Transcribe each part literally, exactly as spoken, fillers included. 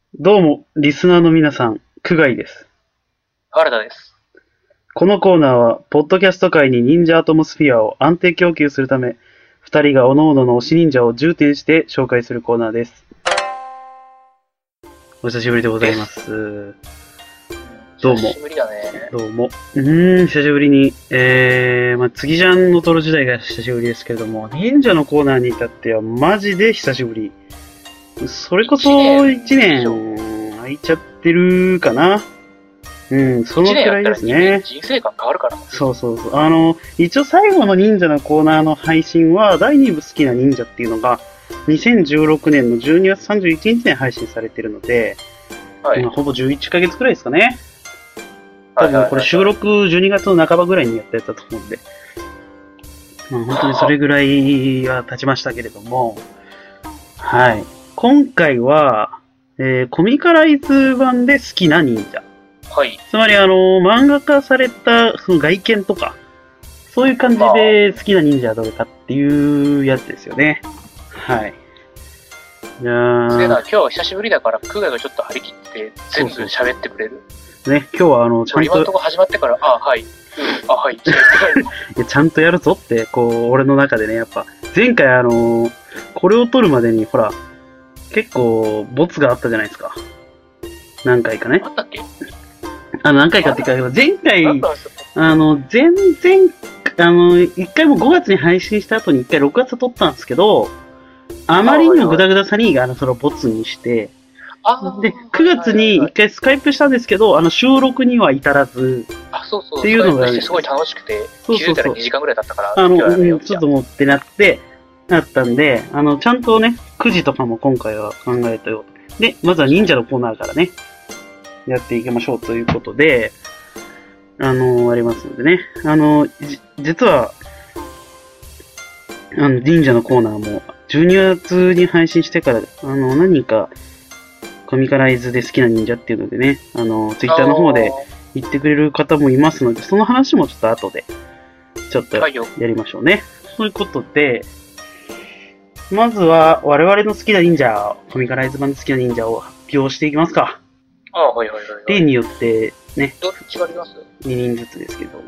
どうも、リスナーの皆さん、久我井です。 原田です。 このコーナーは、ポッドキャスト界に忍者アトモスフィアを安定供給するため、二人が各々の推し忍者を重点して紹介するコーナーです。お久しぶりでございます。どうも。 久しぶりだね。 どうも。うーん、久しぶりに。えー、まあ、次ジャンのトロ時代が久しぶりですけれども、忍者のコーナーに至ってはマジで久しぶり。それこそ一年空いちゃってるかな。うん、そのくらいですね。 人生観変わるから。 そうそうそう。あの、一応最後の忍者のコーナーの配信は、だいに部好きな忍者っていうのが、にせんじゅうろくねんのじゅうにがつさんじゅういちにちに配信されてるので、はい、今ほぼじゅういっかげつくらいですかね。多分これ収録じゅうにがつの半ばぐらいにやったやつだと思うんで、まあ、本当にそれぐらいは経ちましたけれども、はい。今回は、えー、コミカライズ版で好きな忍者。 はい。 つまり、あの、漫画化されたその外見とか、そういう感じで好きな忍者はどれかっていうやつですよね。はい。 じゃあ。すげえな、今日は久しぶりだから、クガがちょっと張り切って全部喋ってくれる。 そうそうね、今日はあの、 ちゃんと。今のとこ始まってから、あ、はい。あ、はい。いやちゃんとやるぞって、こう、俺の中でね、やっぱ、前回あの、これを撮るまでに、ほら、結構、ボツがあったじゃないですか。何回かね。 あったっけ？ あの、何回かっていうか、前回、あの、前々、あの、一回もごがつに配信した後に一回ろくがつ撮ったんですけど、あまりにもグダグダさに、あの、そのボツにして、で、くがつに一回スカイプしたんですけど、あの、収録には至らず、 あ、そうそう、 っていうのが、 すごい楽しくて、気づいたらにじかんぐらい経ったから、 あの、うん、ちょっともってなって、なったんで、あの、ちゃんとね、くじとかも今回は考えたよ。で、まずは忍者のコーナーからね、やっていきましょうということで、あの、ありますんでね。あの、実は、あの、忍者のコーナーも、じゅうにがつに配信してから、あの、何人か、コミカライズで好きな忍者っていうのでね、あの、ツイッターの方で言ってくれる方もいますので、その話もちょっと後で、ちょっとやりましょうね。ということで、まずは、我々の好きな忍者、コミカライズ版の好きな忍者を発表していきますか。 ああ、はいはいはい、はい。 例によってね、 どっちがあります ? に 人ずつですけど。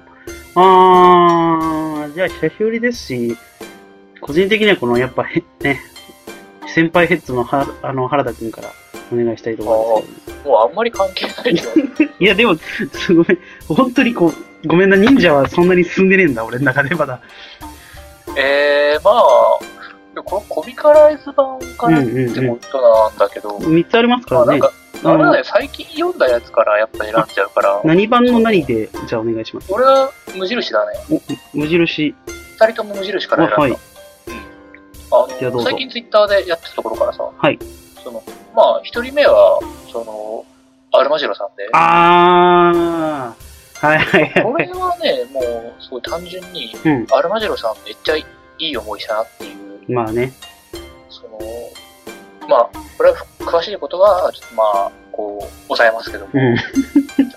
あー、じゃあ久しぶりですし、個人的にはこのやっぱへ、ね、先輩ヘッズのはあの原田くんからお願いしたいと思うんですけど。もうあんまり関係ないよ。 いやでも、すごい、本当にこう、ごめんな、忍者はそんなに進んでねえんだ、俺の中でまだ。 えー、まあ、このコミカライズ版からっても人なんだけど、 うんうんうん、みっつありますからね。 まあ、なんかあれだね、最近読んだやつからやっぱ選んじゃうから。 何版の何で、じゃあお願いします。 俺は無印だね。 お、無印。 二人とも無印から選んだ。はい。うん。あの、最近ツイッターでやってたところからさ、 はい。 その、まあ、一人目は、その、アルマジロさんで。 あー。はいはいはい。 これはね、もう、すごい単純に、うん、アルマジロさんめっちゃいい思いしたなっていう。 まあね。 その、まあ、これは詳しいことは、ちょっとまあ、こう、抑えますけども。うん、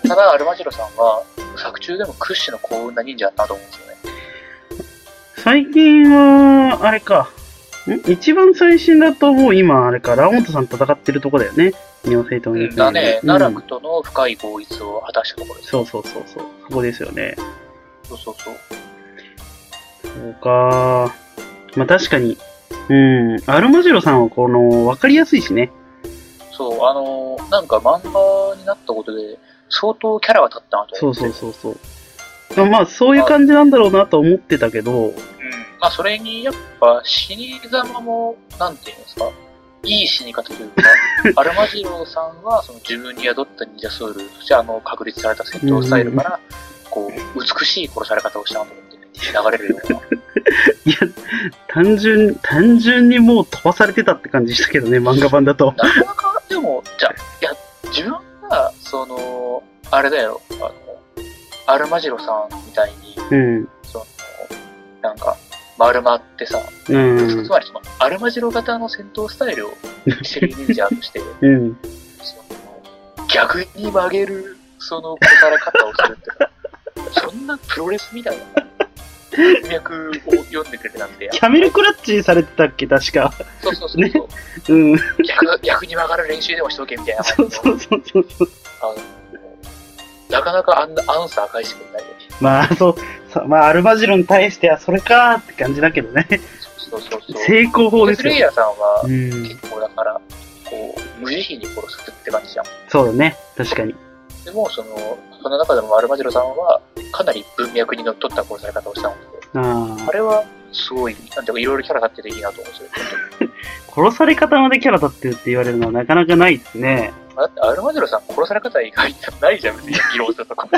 ただ、アルマジロさんは、作中でも屈指の幸運な忍者だったと思うんですよね。 最近は、あれか。ん一番最新だともう今、あれか、ラオントさん戦ってるとこだよね。ニオセイトに。 だね、奈落との深い合一を果たしたところです。 そうそうそうそう。そこですよね。 そうそうそう。 そうか。まあ確かに、うん、アルマジロさんはこの、わかりやすいしね。 そう、あのー、なんか漫画になったことで、相当キャラが立ったなと思って。そうそうそうそう。まあそういう感じなんだろうなと思ってたけど、 まあ、それに、やっぱ、死に様も、なんていうんですか、いい死に方というか、アルマジロさんは、その自分に宿った忍者ソウル、そしてあの、確立された戦闘スタイルから、こう、美しい殺され方をしたなと思って、流れるような。いや、単純、単純にもう飛ばされてたって感じしたけどね、漫画版だと。 なかなか、でも、じゃいや、自分が、その、あれだよ、あの、アルマジロさんみたいに、 うん、 その、なんか、丸まってさ、うん、つまりそのアルマジロ型の戦闘スタイルをしてる忍者として、うん、その逆に曲げるその殺され方をするってそんなプロレスみたいな文脈を読んでくれてなんで。 キャメルクラッチされてたっけ、確か。 そうそうそうそう。ね、 うん。 逆、逆に曲がる練習でもしとけみたいな。 そうそうそうそう。 あのなかなかあんなアンサー返してくれないよね。 まあ、そう、まあ、アルマジロに対してはそれかーって感じだけどね。 そうそうそう。 成功法ですよ。 プレイヤーさんは、結構だから、こう、無慈悲に殺すって感じじゃん。 そうだね、確かに。 でも、その、その中でもアルマジロさんは、かなり文脈にのっとった殺され方をしたので、あ, あれは、すごい、なんていうか、いろいろキャラ立ってていいなと思うんですよ、 殺され方までキャラ立ってるって言われるのはなかなかないですね。 だって、アルマジロさん殺され方以外じゃないじゃん、別に、議論したとかも。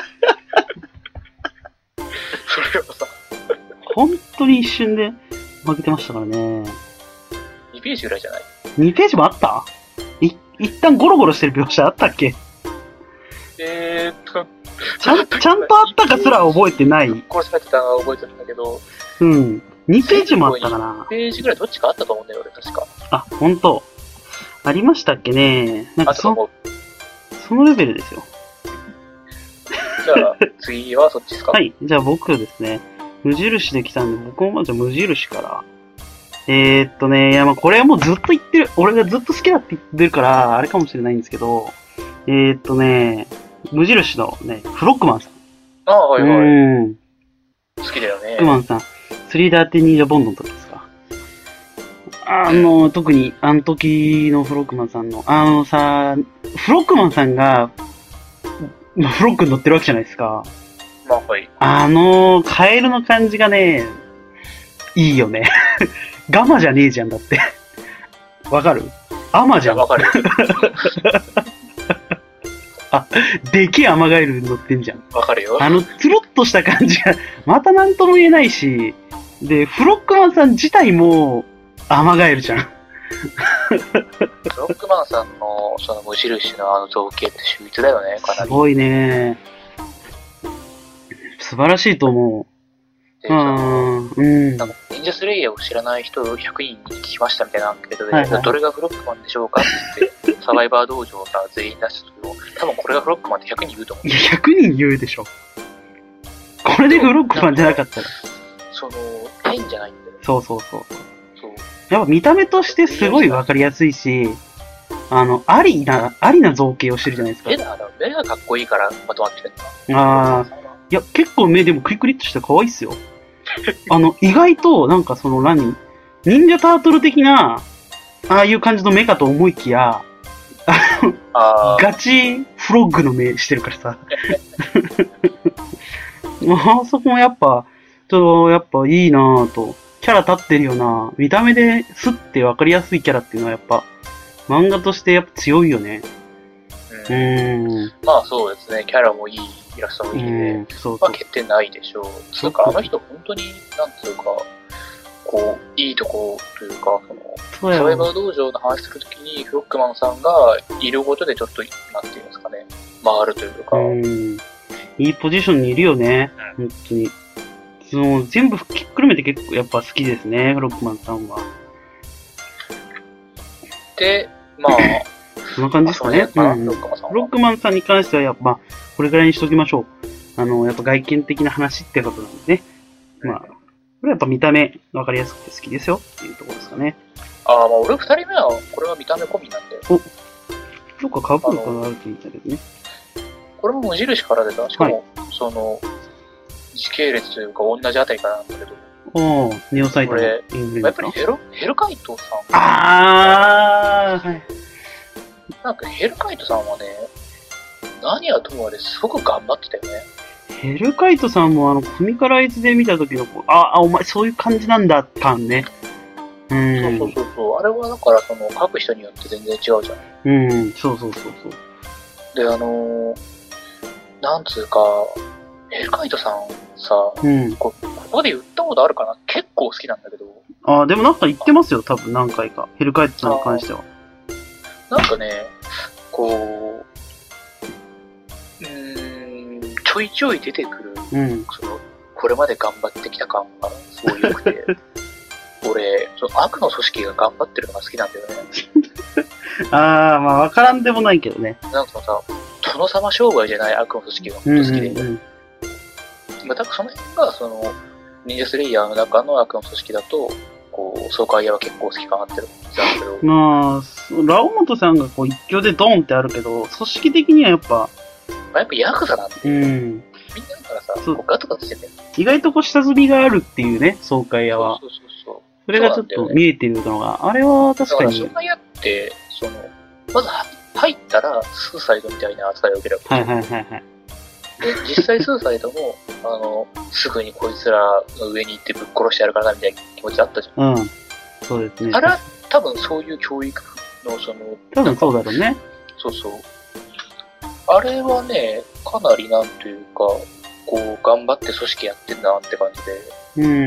それはさ、 本当に一瞬で負けてましたからね。 にページぐらいじゃない ? に ページもあったい、一旦ゴロゴロしてる描写あったっけえーっと、 ちゃん、ちゃんとあったかすら覚えてない。 殺されてたのは覚えてるんだけど、 うん。にページもあったかな。 にページぐらいどっちかあったと思うんだよ、俺、確か。 あ、ほんと。ありましたっけね。なんかそ、そのレベルですよ。 じゃあ、次はそっちですか？ はい。じゃあ僕ですね。無印で来たんで、僕もまず無印から。えー、っとね、いや、まあこれはもうずっと言ってる。俺がずっと好きだって言ってるから、あれかもしれないんですけど、えー、っとね、無印のね、フロックマンさん。 ああ、はいはい。 うん。 好きだよね。 フロックマンさん。スリーダーティニージャボンドの時ですか。あの、特に、あの時のフロックマンさんの、あのさ、フロックマンさんが、まあ、フロックに乗ってるわけじゃないですか。 まあ、はい。 あの、カエルの感じがね、いいよね。ガマじゃねえじゃんだって。わかる？アマじゃん。 わかる。 あ、でけえアマガエル乗ってんじゃん。 わかるよ。 あの、つるっとした感じが、またなんとも言えないし、で、フロックマンさん自体も、アマガエルじゃん。 フロックマンさんの、その無印のあの造形って秀逸だよね、かなり。 すごいね。素晴らしいと思う。 で、その、うん。なんか、忍者スレイヤーを知らない人ひゃくにんに聞きましたみたいなアンケートで、はいはい、どれがフロックマンでしょうかって言って、サバイバー道場が全員出したけど、多分これがフロックマンってひゃくにん言うと思う。 いや、ひゃくにん言うでしょ。これでフロックマンじゃなかったら。 その、変じゃないんだよ。 そうそうそう。そう。やっぱ見た目としてすごいわかりやすいし、あの、ありな、ありな造形をしてるじゃないですか。 目が、目がかっこいいからまとまってるんだ。ああ。いや、結構目でもクリクリっとして可愛いっすよ。あの、意外と、なんかその何、忍者タートル的な、ああいう感じの目かと思いきや、あガチフロッグの目してるからさ。あそこもやっぱ、ちょっと、やっぱいいなぁと。キャラ立ってるよな。見た目ですって分かりやすいキャラっていうのはやっぱ、漫画としてやっぱ強いよね。 うん。うんまあそうですね。キャラもいい、イラストもいいね。そうそうまあ欠点ないでしょう。つうか、あの人本当に、なんつうか、こう、いいとこというか、その、サバイバー道場の話するときに、フロックマンさんがいることでちょっと、なんていうんですかね、回るというか。うん。 いいポジションにいるよね。うん、本当に。その、全部ひっくるめて結構やっぱ好きですね、フロックマンさんは。 で、まあ、 そんな感じですかね。うん、フロックマンさんに関してはやっぱ、これぐらいにしときましょう。あの、やっぱ外見的な話ってことなんでね。まあ、これはやっぱ見た目分かりやすくて好きですよっていうところですかね。 ああ、まあ俺二人目は、これは見た目込みなんで。お、 どっかカブーかがあるって言ったけどね。これも無印から出た。しかも、はい、その、時系列というか同じあたりからなんだけど。 おー、ネオサイトのインフルやっぱりヘル、ヘルカイトさん。 あー、はい。 なんかヘルカイトさんはね、何はともあれすごく頑張ってたよね。 ヘルカイトさんもあの、コミカライズで見た時の、ああ、お前そういう感じなんだ感ね。 うん。そうそうそうそう。あれはだからその、書く人によって全然違うじゃん。 うん、そうそうそうそう。 で、あのー、なんつうか、ヘルカイトさんさ、うん、こ, ここで言ったことあるかな結構好きなんだけど。 ああ、でもなんか言ってますよ、多分何回か。ヘルカイトさんに関しては。 なんかね、こう、うーん、ちょいちょい出てくる、うん、その、これまで頑張ってきた感がすごい良くて、俺、その悪の組織が頑張ってるのが好きなんだよね。 ああ、まあわからんでもないけどね。 なんかさ、殿様商売じゃない悪の組織が本当好きで、うんうんうん、まあ、多分その辺が、その、 忍者スレイヤーの中の悪の組織だと、こう、爽快屋は結構好きかなってるんですけど。 まあ、ラオモトさんがこう一挙でドンってあるけど、組織的にはやっぱ、 まあ、やっぱヤクザなんで、 うん、 みんなからさ、こうガツガツしてんだよ。 意外とこう下積みがあるっていうね、爽快屋は。 そうそうそうそう。 それがちょっと見えてるのが、あれは確かに。 爽快屋って、その、まず入ったら、スーサイドみたいな扱いを受けるわけですよ。はいはいはいはい。 で、実際スーサイドも、あの、すぐにこいつらの上に行ってぶっ殺してやるからなみたいな気持ちあったじゃん。 うん。そうですね。 あれは多分そういう教育の、その、 多分そうだろうね。 そうそう。あれはね、かなりなんというか、こう、頑張って組織やってんなって感じで。 うん。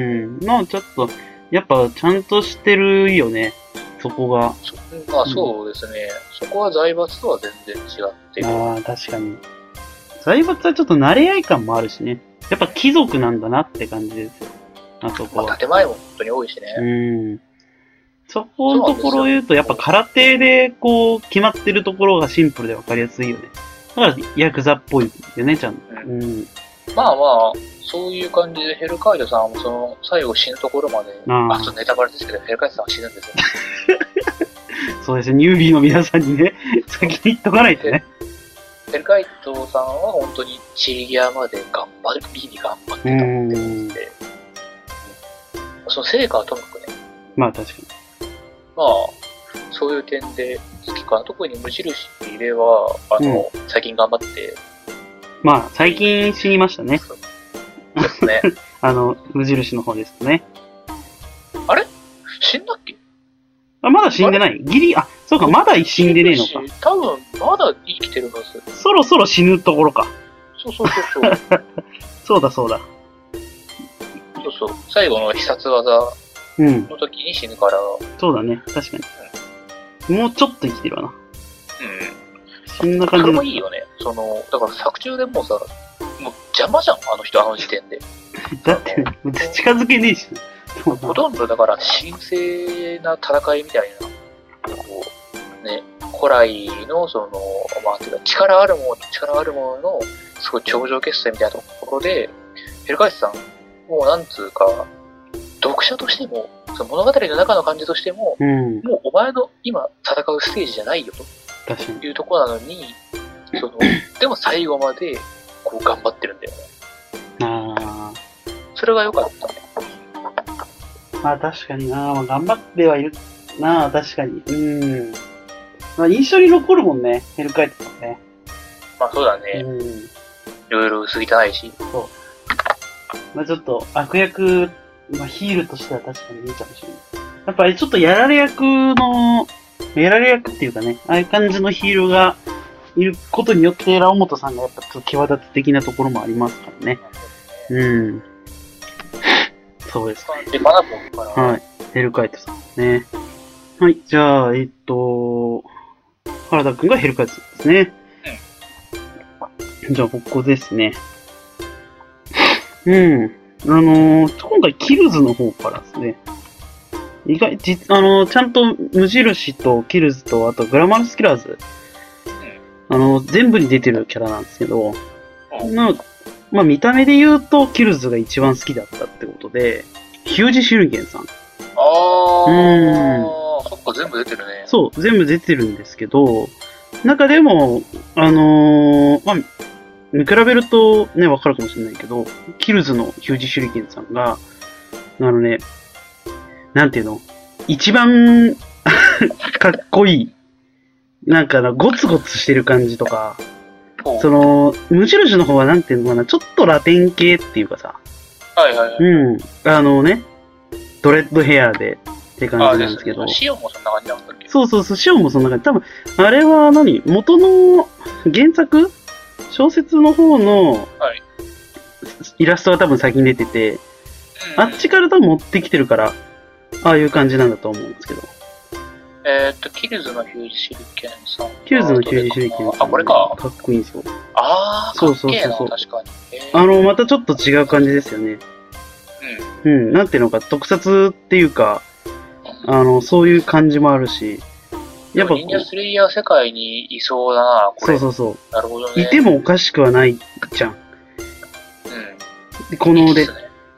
まあちょっと、やっぱちゃんとしてるよね。そこが。 そまあそうですね、うん。そこは財閥とは全然違ってる。 ああ、確かに。財閥はちょっと慣れ合い感もあるしね。やっぱ貴族なんだなって感じですよ。あそこは。 まあ、建前も本当に多いしね。 うん。そこのところを言うと、やっぱ空手でこう、決まってるところがシンプルで分かりやすいよね。だから、ヤクザっぽいよね、ちゃんと。うん。うん、 まあまあ、そういう感じでヘルカイドさんもその、最後死ぬところまで、あ, あちょっとネタバレですけど、ヘルカイドさんは死ぬんですよ。 そうですね、ニュービーの皆さんにね、先に言っとかないとね。 ヘルカイドさんは本当にチリギアまで頑張る、リーに頑張ってたって言って、その成果はともかくね。 まあ確かに。 まあ、そういう点で好きかな。特に無印では、あの、うん、最近頑張って。 まあ、最近死にましたね。 ですね。 あの、無印の方ですね。 あれ死んだっけ？ あ、まだ死んでない。ギリ、あ、そうか、まだ死んでねえのか。 多分、まだ生きてるはず。 そろそろ死ぬところか。 そうそうそうそう。 そうだそうだ。 そうそう。最後の必殺技の時に死ぬから。 うん、そうだね、確かに。もうちょっと生きてるわな。うん。そんな感じ。 それもいいよね。その、だから作中でもうさ、もう邪魔じゃん、あの人、あの時点で。 だって、近づけねえし。 ほとんどだから神聖な戦いみたいな、こう、ね、古来のその、まあ、てか力あるもの、力あるものの、すごい頂上決戦みたいなところで、ヘルカイスさん、もうなんつうか、読者としても、その物語の中の感じとしても、うん、もうお前の今戦うステージじゃないよというところなのに、その、でも最後までこう頑張ってるんだよね。ああ。それが良かったね。 まあ確かにな、まあ、頑張ってはいるなあ、確かに。うん。まあ印象に残るもんね、ヘルカイトさんね。 まあそうだね。うん。いろいろ薄汚いし。 そう。まあちょっと悪役、まあヒールとしては確かにいいかもしれない。やっぱりちょっとやられ役の、やられ役っていうかね、ああいう感じのヒールがいることによって、ラオモトさんがやっぱちょっと際立つ的なところもありますからね。うん。そうですね。 で、マナポンから。 はい。ヘルカイトさんですね。はい。じゃあ、えっと、原田くんがヘルカイトさんですね。うん。じゃあ、ここですね。うん。あのー、今回、キルズの方からですね。意外、実、あのー、ちゃんと無印とキルズと、あとグラマラスキラーズ。うん、あのー、全部に出てるキャラなんですけど、うん、なまあ、見た目で言うと、キルズが一番好きだったってことで、ヒュージ・シュルゲンさん。 あー、うん、そっか、全部出てるね。 そう、全部出てるんですけど、中でも、あのー、まあ、見比べるとね、わかるかもしれないけど、キルズのヒュージ・シュリケンさんが、あのね、なんていうの一番かっこいい。なんかな、ゴツゴツしてる感じとか、その、無印の方はなんていうのかな、ちょっとラテン系っていうかさ、 はいはいはい。 うん。あのね、ドレッドヘアでって感じなんですけど。 シオンもそんな感じなんだっけ？ そうそうそう、シオンもそんな感じ。多分、あれは何元の原作小説の方のイラストは多分先に出てて、あっちから多分持ってきてるから、ああいう感じなんだと思うんですけど。 えーっと、キルズのヒュージシュリケンさん。 キルズのヒュージシュリケンさん。 あ、これか。 かっこいいんですよ。 ああ、そうそうそうそう。確かに。 あの、またちょっと違う感じですよね。うん。うん、なんていうのか、特撮っていうか、あの、そういう感じもあるし、 やっぱ。忍者スレイヤー世界にいそうだな、これ。 そうそうそう。 なるほどね。 いてもおかしくはないじゃん。うん。こので、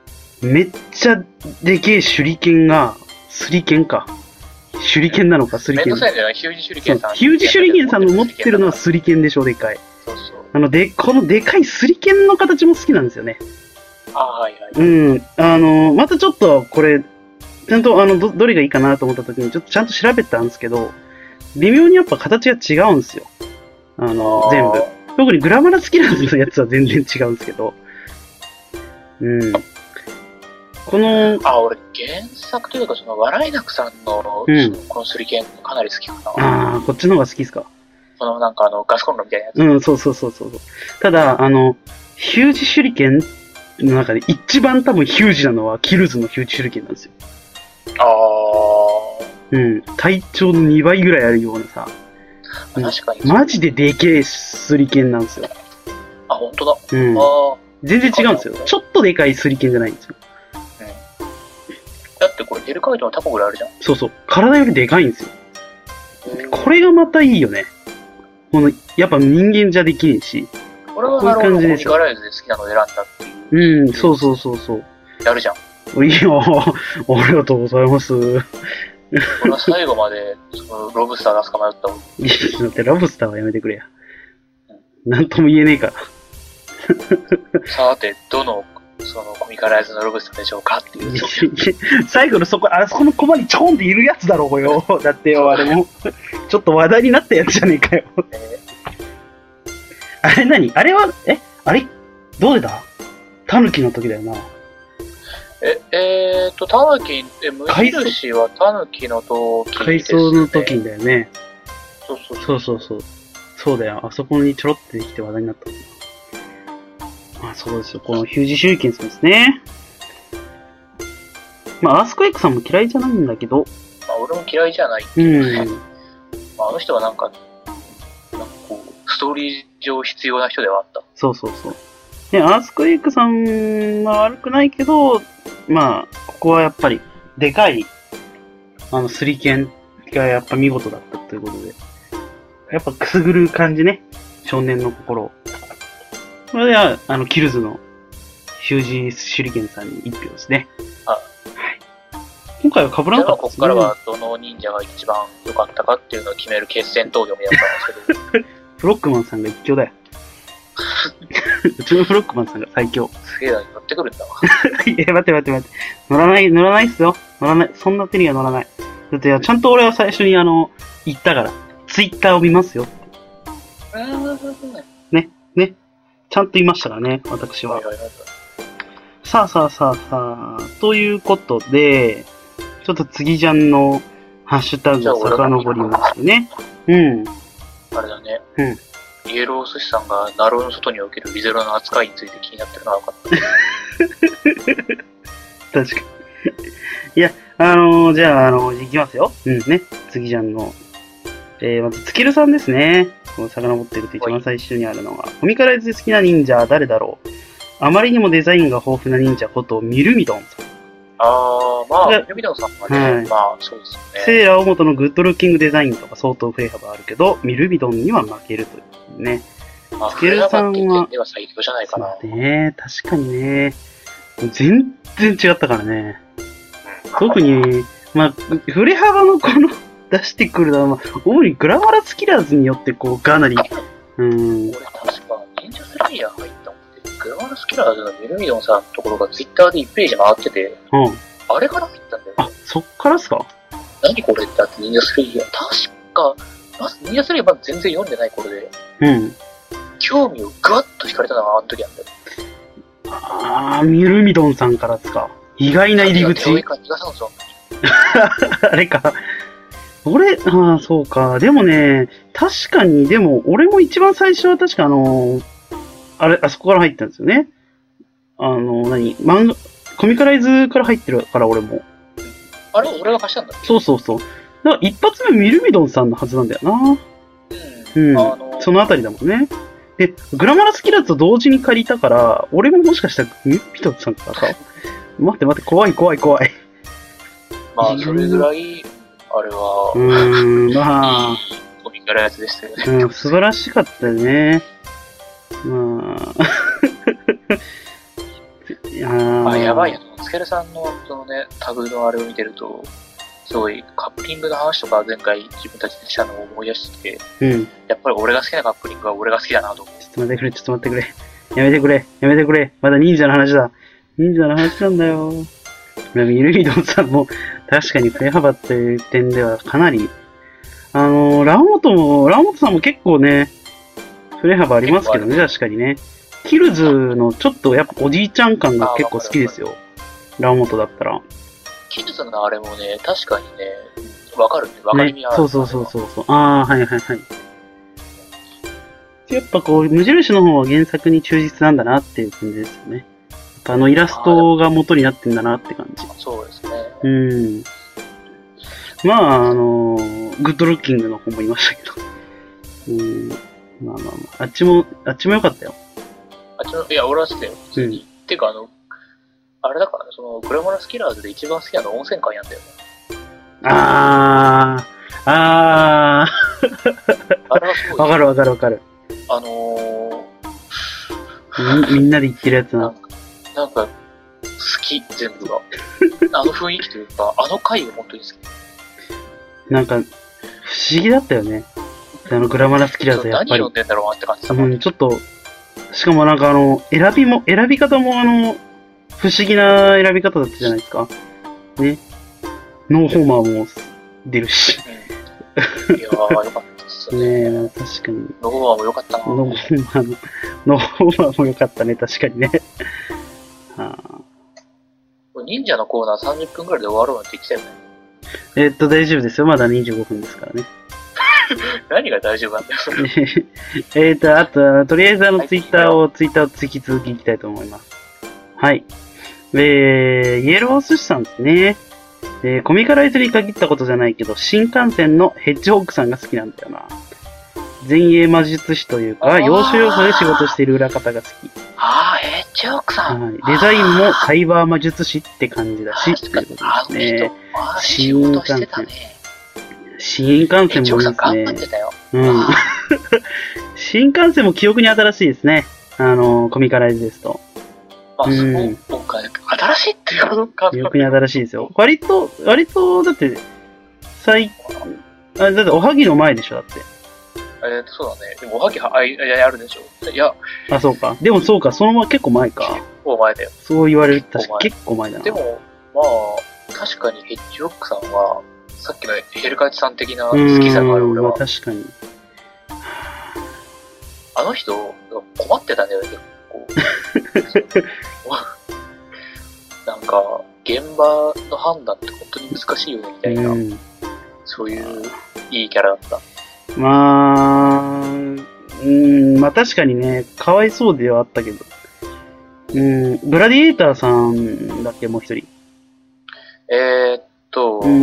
めっちゃでけえ手裏剣が、スリ剣か。手裏剣なのか、スリ剣。 めんどくさいんじゃない？ヒュージ手裏剣さん。 ヒュージ手裏剣さんの持ってるのはスリ剣でしょ、でかい。 そうそう。 あの、で、このでかいスリ剣の形も好きなんですよね。 あ、はいはい。 うん。あの、またちょっと、これ、ちゃんと、あの、ど、どれがいいかなと思った時に、ちょっとちゃんと調べたんですけど、微妙にやっぱ形が違うんですよ。あの、全部。特にグラマラスキラーズのやつは全然違うんですけど。うん。この、 あ、俺原作というか、その、笑いなくさんの、うん、このスリ剣かなり好きかな。 ああ、こっちの方が好きですか。 このなんかあの、ガスコンロみたいなやつ。 うん、そうそうそうそう。ただ、あの、ヒュージ手裏剣の中で一番多分ヒュージなのは、キルズのヒュージ手裏剣なんですよ。 ああ。 うん。体長のにばいぐらいあるようなさ。 確かに。 マジででけえスリ剣なんですよ。 あ、ほんとだ。 うん。あ全然違うんですよ。ちょっとでかいスリ剣じゃないんですよ。 うん。だってこれ、エルカイトのタコぐらいあるじゃん。 そうそう。体よりでかいんですよ。これがまたいいよね。この、やっぱ人間じゃできんし。 俺はなるほど、コミカライズで好きなのを選んだっていう。うん、そうそうそうそう。 やるじゃん。 いいよ。ありがとうございます。 俺は最後まで、その、ロブスター出すか迷ったもん。 いや、ちょっと待って、ロブスターはやめてくれや。うん、なんとも言えねえから。 さて、どの、その、コミカライズのロブスターでしょうかっていう。 最後のそこ、あそこのコマにちょんっているやつだろうよ。だってよ、あれも。ちょっと話題になったやつじゃねえかよ。えー、あれ何あれは、えあれどうでだタヌキの時だよな。 え、えーと、タヌキ、え、無印はタヌキの時ですね。 海藻の時だよね。 そうそうそう。そうそうそう。そうだよ。あそこにちょろってできて話題になった。あ、そうですよ。このヒュージ手裏剣さんですね。まあ、アースクエイクさんも嫌いじゃないんだけど。 まあ、俺も嫌いじゃない。 うん。 まあ、あの人はなんか、なんかこう、ストーリー上必要な人ではあった。 そうそうそう。で、アースクエイクさんは悪くないけど、まあ、ここはやっぱり、でかい、あの、スリ剣がやっぱ見事だったということで。やっぱくすぐる感じね。少年の心を。これでは、あの、キルズのヒュージ手裏剣さんに一票ですね。 あ、はい。 今回は被らなかったですね。ここからはどの忍者が一番良かったかっていうのを決める決戦投票もやったんですけど。 フロックマンさんが一強だよ。うちのフロックマンさんが最強。 すげえな、乗ってくるんだわ。 いや、待って待って待って。乗らない、乗らないっすよ。乗らない。そんな手には乗らない。だって、ちゃんと俺は最初にあの、言ったから。ツイッターを見ますよ。ね、ね。ちゃんと言いましたからね、私は。はいはいはい、さあさあさあさあ、ということで、ちょっと次じゃんのハッシュタグを遡りましてね。うん。 あれだね。 うん。 イエロー寿司さんがナローの外におけるリゼロの扱いについて気になってるのは分かった。確かに。いや、あのー、じゃあ、あのー、いきますよ。うんね。次じゃんの。えー、まず、つけるさんですね。この遡ってると一番最初にあるのが。コミカライズで好きな忍者は誰だろう。あまりにもデザインが豊富な忍者ことミルミドンさん。 あー、まあ、ミルミドンさんはね、はい、まあ、そうですよね。 セーラー大元のグッドルッキングデザインとか相当振れ幅あるけど、ミルミドンには負けるというね。 まあ、つけるさんは、では最強じゃないかな。 そうね、確かにね。全然違ったからね。特に、まあ、振れ幅のこの出してくるのは、まあ、主にグラマラスキラーズによってこう、かなり、うん。 俺確か、忍者スレイヤー入ったのって、グラマラスキラーズのミルミドンさんのところがツイッターでいちページ回ってて、 うん。 あれから入ったんだよね。 あ、そっからっすか？ 何これってあって忍者スレイヤー。確か、まず忍者スレイヤーまだ全然読んでない頃で、 うん。 興味をガッと惹かれたのがあの時なんだよ。 あー、ミルミドンさんからですか。意外な入り口。あれか。俺、ああ、そうか。でもね、確かに、でも、俺も一番最初は確かあのー、あれ、あそこから入ったんですよね。あのー、何漫画、コミカライズから入ってるから、俺も。 あれ俺が貸したんだっけ？ そうそうそう。だから一発目ミルミドンさんのはずなんだよな。うん。うん。あのー、そのあたりだもんね。で、グラマラスキラーズと同時に借りたから、俺ももしかしたらミルミドンさんからか。待って待って、怖い怖い怖い。 まあ、それぐらい、あれは、 うーん、まあ、 コミカルやつでしたよね。 うん、素晴らしかったよね。まあ、いやまあ、やばいやつケルさんのそのね、タグのあれを見てると、すごいカップリングの話とか前回自分たちでしたのを思い出してきて、うん、やっぱり俺が好きなカップリングは俺が好きだなと思って。 ちょっと待ってくれ、ちょっと待ってくれ。やめてくれ、やめてくれ。まだ忍者の話だ。忍者の話なんだよ。ゆるいどんさんも確かに振れ幅っていう点ではかなり、あのー、ラオモトも、ラオモトさんも結構ね、振れ幅ありますけどね、確かにね。キルズのちょっとやっぱおじいちゃん感が結構好きですよ。ラオモトだったら。 キルズのあれもね、確かにね、わかるね。わかりみある、 ね。そうそうそうそうそう。ああ、はいはいはい。やっぱこう、無印の方は原作に忠実なんだなっていう感じですよね。あのイラストが元になってんだなって感じ。 そうですね。 うん。まあ、あのー、グッドルッキングの方もいましたけど。うん。まあまあまあ。あっちも、あっちも良かったよ。 あっちも、いや、俺は好きだよ。普通に。うん、てか、あの、あれだからね、その、グラマラスキラーズで一番好きなの温泉館やんだよね。 あー、あー。 あれはすごい。 わかるわかるわかる。 あのー、み、みんなで言ってるやつな。 なんか、なんか好き、全部が。あの雰囲気というか、あの回が本当に好き。 なんか、不思議だったよね。あの、グラマラスキラーズやっぱり。 何読んでんだろうなって感じだもん。うん、ちょっと、しかもなんかあの、選びも、選び方もあの、不思議な選び方だったじゃないですか。ね。ノーホーマーも出るし。 うん、いやー、よかったですね。 ねえ、確かに。 ノーホーマーもよかったな。 ノーホーマーの、ノーホーマーもよかったね、確かにね。はあ、 忍者のコーナーさんじゅっぷんくらいで終わろうなんて言ってたよね。 えー、っと、大丈夫ですよ。まだにじゅうごふんですからね。 何が大丈夫なんだよ。 えっと、あと、とりあえずあの、ツイッターを、ツイッターを引き続きいきたいと思います。はい。えー、イエロー寿司さんですね。えー、コミカライズに限ったことじゃないけど、新幹線のヘッジホッグさんが好きなんだよな。前衛魔術師というか、要所要所で仕事している裏方が好き。 ああ、ヘッジホッグさん。 はい。デザインもサイバー魔術師って感じだし、ということですね。新幹線。新幹線もいいですね。うん。新幹線も記憶に新しいですね。あの、コミカライズですと。 まあ、うん、今回、新しいっていうのか。 記憶に新しいですよ。割と、割と、だって、最、あれ、だっておはぎの前でしょ、だって。 えっと、そうだね。でも、おはぎは、あ、やるでしょ。いや。 あ、そうか。でもそうか、そのまま結構前か。 結構前だよ。 そう言われると確か結構前だな。 でも、まあ、確かにヘッジホッグさんは、さっきのヘルカイチさん的な好きさがある俺は。 まあ、確かに。 あの人、困ってたんだよね、結構。なんか、現場の判断って本当に難しいよね、みたいな。そういう、いいキャラだった。 まあ、うん、まあ確かにね、かわいそうではあったけど。うん、ブラディエーターさんだっけ、もう一人。 えーっと、 うん、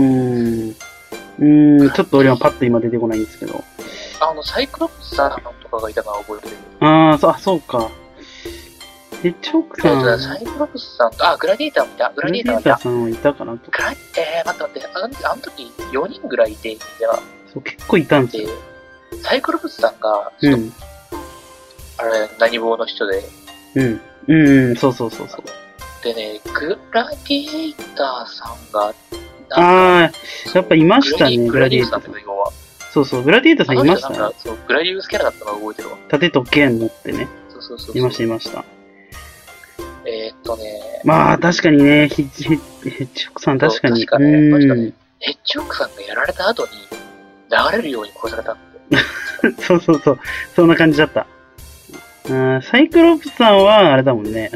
うん、ちょっと俺はパッと今出てこないんですけど。 あの、サイクロプスさんとかがいたのは覚えてる。 ああ、そ、あ、そうか。ヘッジホッグさん。 サイクロプスさんと、あ、グラディエーターもいた。グラディエーターもいた。 グラディエーターさんはいたかなと。 グラ、えー、待って待って、あの、あの時よにんぐらいいて、みたいな。 そう、結構いたんですよ。 サイクロプスさんが、うん、あれ、何棒の人で。 うん。うん、うん、そうそうそうそう。 でね、グラディエーターさんが、 ああ、やっぱいましたね、グラディエーターさん。そうそう、グラディエーターさんいましたね。 そう、グラディウスキャラだったのが覚えてるわ。 盾と剣持ってね。 そうそうそう。 いました、いました。 えー、っとね。 まあ、確かにね、ヘッジ、ヘッジホッグさん確かに。 確かね、確かね、ヘッジホッグさんがやられた後に、流れるように殺されたって。 そうそうそう、そんな感じだった。あサイクロプスさんは、あれだもんね、うん、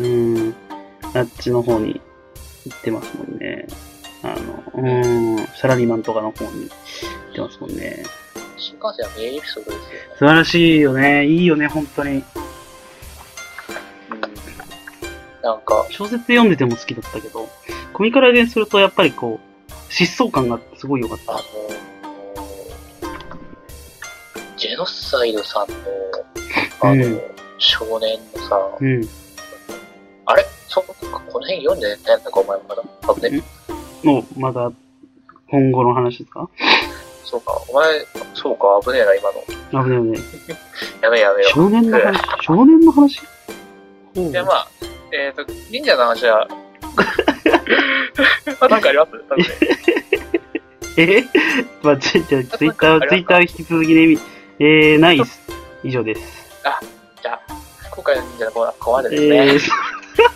あっちの方に行ってますもんね。あの、うん、サラリーマンとかの方に行ってますもんね。 新幹線は名エピソードですよね。 素晴らしいよね。いいよね、本当に。うん。 なんか。 小説読んでても好きだったけど、コミカラでするとやっぱりこう、疾走感がすごい良かった。 あの、ジェノサイドさんの、あの、うん、少年のさ、 うん、 あれそっか、この辺読んでないんだか、お前まだ。多分ね。 もう、まだ、今後の話ですか？ そうか、お前、そうか、危ねえな、今の。危ねえ危ねえ。やめやめよ。 少年の話少年の話いや、まあ、えっ、ー、と、忍者の話は、 あ、なんかあります多分ね。 えまあ、ツイッター、ツイッター、ツイッター引き続きね、えー、ないっす。以上です。 あ、じゃあ、今回の忍者のコーナー、ここまでですね。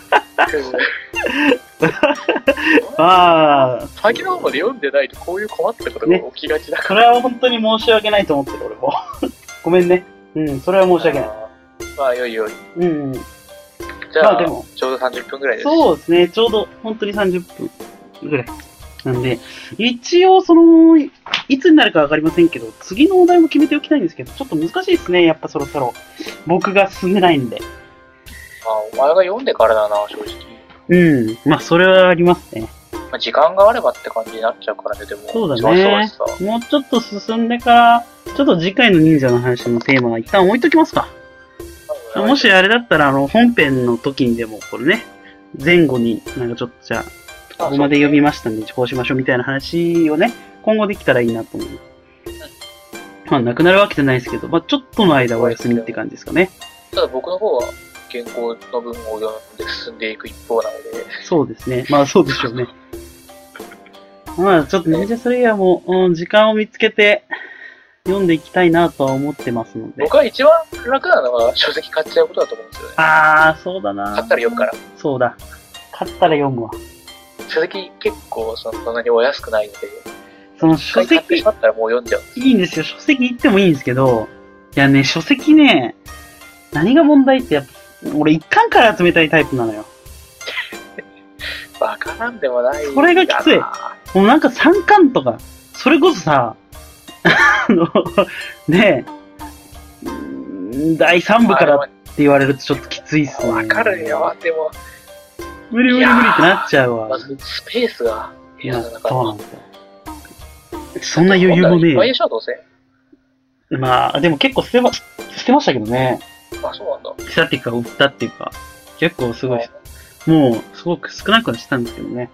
えー、まあ、先の方まで読んでないとこういう困ったことが起きがちだから。 ね、それは本当に申し訳ないと思ってる、俺も。ごめんね。うん、それは申し訳ない。 あまあ、よいよい。 うん。じゃあ、まあ、でもちょうどさんじゅっぷんぐらいです。 そうですね、ちょうど本当にさんじゅっぷんぐらい。なんで、一応、その、いつになるかわかりませんけど、次のお題も決めておきたいんですけど、ちょっと難しいですね、やっぱそろそろ。僕が進めないんで。 あ、お前が読んでからだな、正直。 うん。まあ、それはありますね。 まあ、時間があればって感じになっちゃうからね、でも。 そうだね。もうちょっと進んでから、ちょっと次回の忍者の話のテーマは一旦置いときますか。もしあれだったら、あの、本編の時にでも、これね、前後になんかちょっとじゃあ、ここまで読みましたんで、こうしましょうみたいな話をね、今後できたらいいなと思います。まあ、なくなるわけじゃないですけど、まあ、ちょっとの間お休みって感じですかね。 ただ僕の方は、原稿の文を読んで進んでいく一方なので。 そうですね。まあ、そうでしょうね。まあ、ちょっと忍者スレイヤーも、うん、時間を見つけて、読んでいきたいなとは思ってますので。 僕は一番楽なのは書籍買っちゃうことだと思うんですよね。 あー、そうだな。 買ったら読むから。 そうだ。買ったら読むわ。 書籍結構そんなにお安くないので。 その書籍。買ってしまったらもう読んじゃう。 いいんですよ。書籍行ってもいいんですけど、いやね、書籍ね、何が問題ってやっぱ、俺一巻から集めたいタイプなのよ。 わからんでもない。 それがきつい。もうなんかさんかんとか、それこそさ、あの、ねえ、だいさんぶからって言われるとちょっときついっすね。 わかるよ、でも。 無理無理無理ってなっちゃうわ。 まずスペースが部屋の中そうなんですよ。そんな余裕もねえ。 いっぱいでしょ、どうせ。 まあ、でも結構捨てま、捨てましたけどね。 あ、そうなんだ。 捨てたっていうか、売ったっていうか、結構すごい、もう、すごく少なくはしたんですけどね。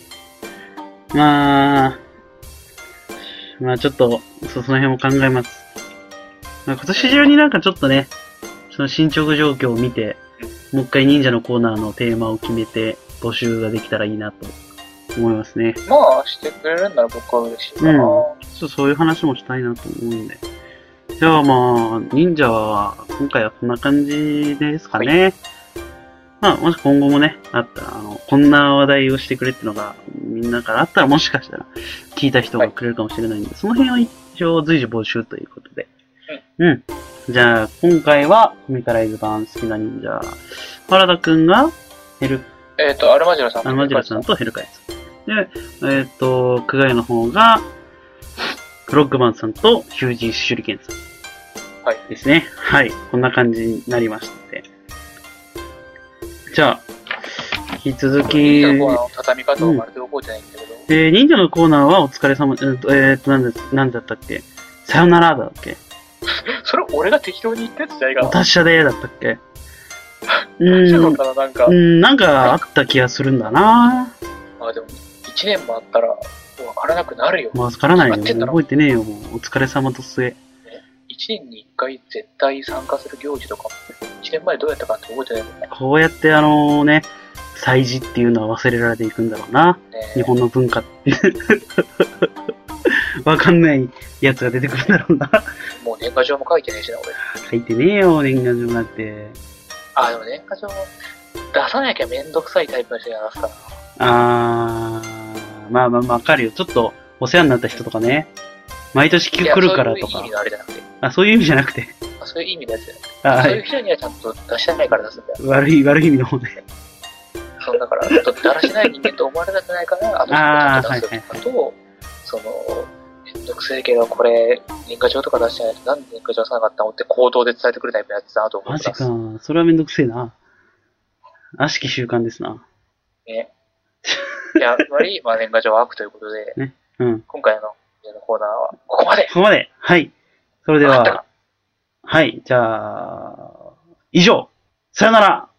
まあ、まあちょっと、そ, その辺も考えます。まあ、今年中になんかちょっとね、その進捗状況を見て、もう一回忍者のコーナーのテーマを決めて募集ができたらいいなと思いますね。 まあ、してくれるんなら僕は嬉しいかな。うん。ちょっとそういう話もしたいなと思うんで。じゃあまあ、忍者は今回はこんな感じですかね。はい、まあ、もし今後もね、あったら、あの、こんな話題をしてくれってのが、みんなからあったらもしかしたら、聞いた人がくれるかもしれないんで、はい、その辺は一応随時募集ということで。うん。うん。じゃあ、今回は、コミカライズ版好きな忍者、原田くんが、ヘル、 えっ、ー、と、アルマジロさん。 アルマジロさんとヘルカイさん。で、えっ、ー、と、クガイの方が、フロッグマンさんとヒュージーシュリケンさん。 はい。 ですね。はい。こんな感じになりましたので。じゃあ、引き続き。 忍者のコーナーの畳み方をまるで覚えてないんだけど。 うん、えー、忍者のコーナーはお疲れ様、えー、っと、えー、っと、なんだ、なんだったっけ？さよならだっけ？ それ俺が適当に言ったやつじゃないかな。 お達者でだったっけ？ うん。かな、なんか。 うん、なんかあった気がするんだな。 まあでも、一年もあったら、わからなくなるよ。 わからないよ。覚えてねえよ、もう。お疲れ様と末。 一年に一回絶対参加する行事とか、一年前どうやったかって覚えてないもんね。 こうやってあのね、祭事っていうのは忘れられていくんだろうな。ね、日本の文化って。わかんないやつが出てくるんだろうな。 もう年賀状も書いてねえしな、俺。 書いてねえよ、年賀状なんて。 あ、でも年賀状出さなきゃめんどくさいタイプの人に話すかな。 あー、まあまあまあわかるよ。ちょっとお世話になった人とかね。毎年来るからとか。 そういう意味のあれじゃなくて。 あ、そういう意味じゃなくて。 あ、そういう意味のやつじゃなくて。あ、そういう人にはちゃんと出してないから出すんだよ。 悪い、悪い意味の方で。 そう、だから、だらしない人間と思われたくないから、あの人と出すとかと、はいはいはい、その、めんどくせえけど、これ、年賀状とか出してないと、なんで年賀状出さなかったのって行動で伝えてくるタイプのやつだなと思ってます。 マジか。それはめんどくせえな。悪しき習慣ですな。 ね。いや、悪い、まあ年賀状は悪ということで、 ね。うん。 今回のコーナーはここまで。 ここまで。はい。それでは、はい。じゃあ、以上。さよなら。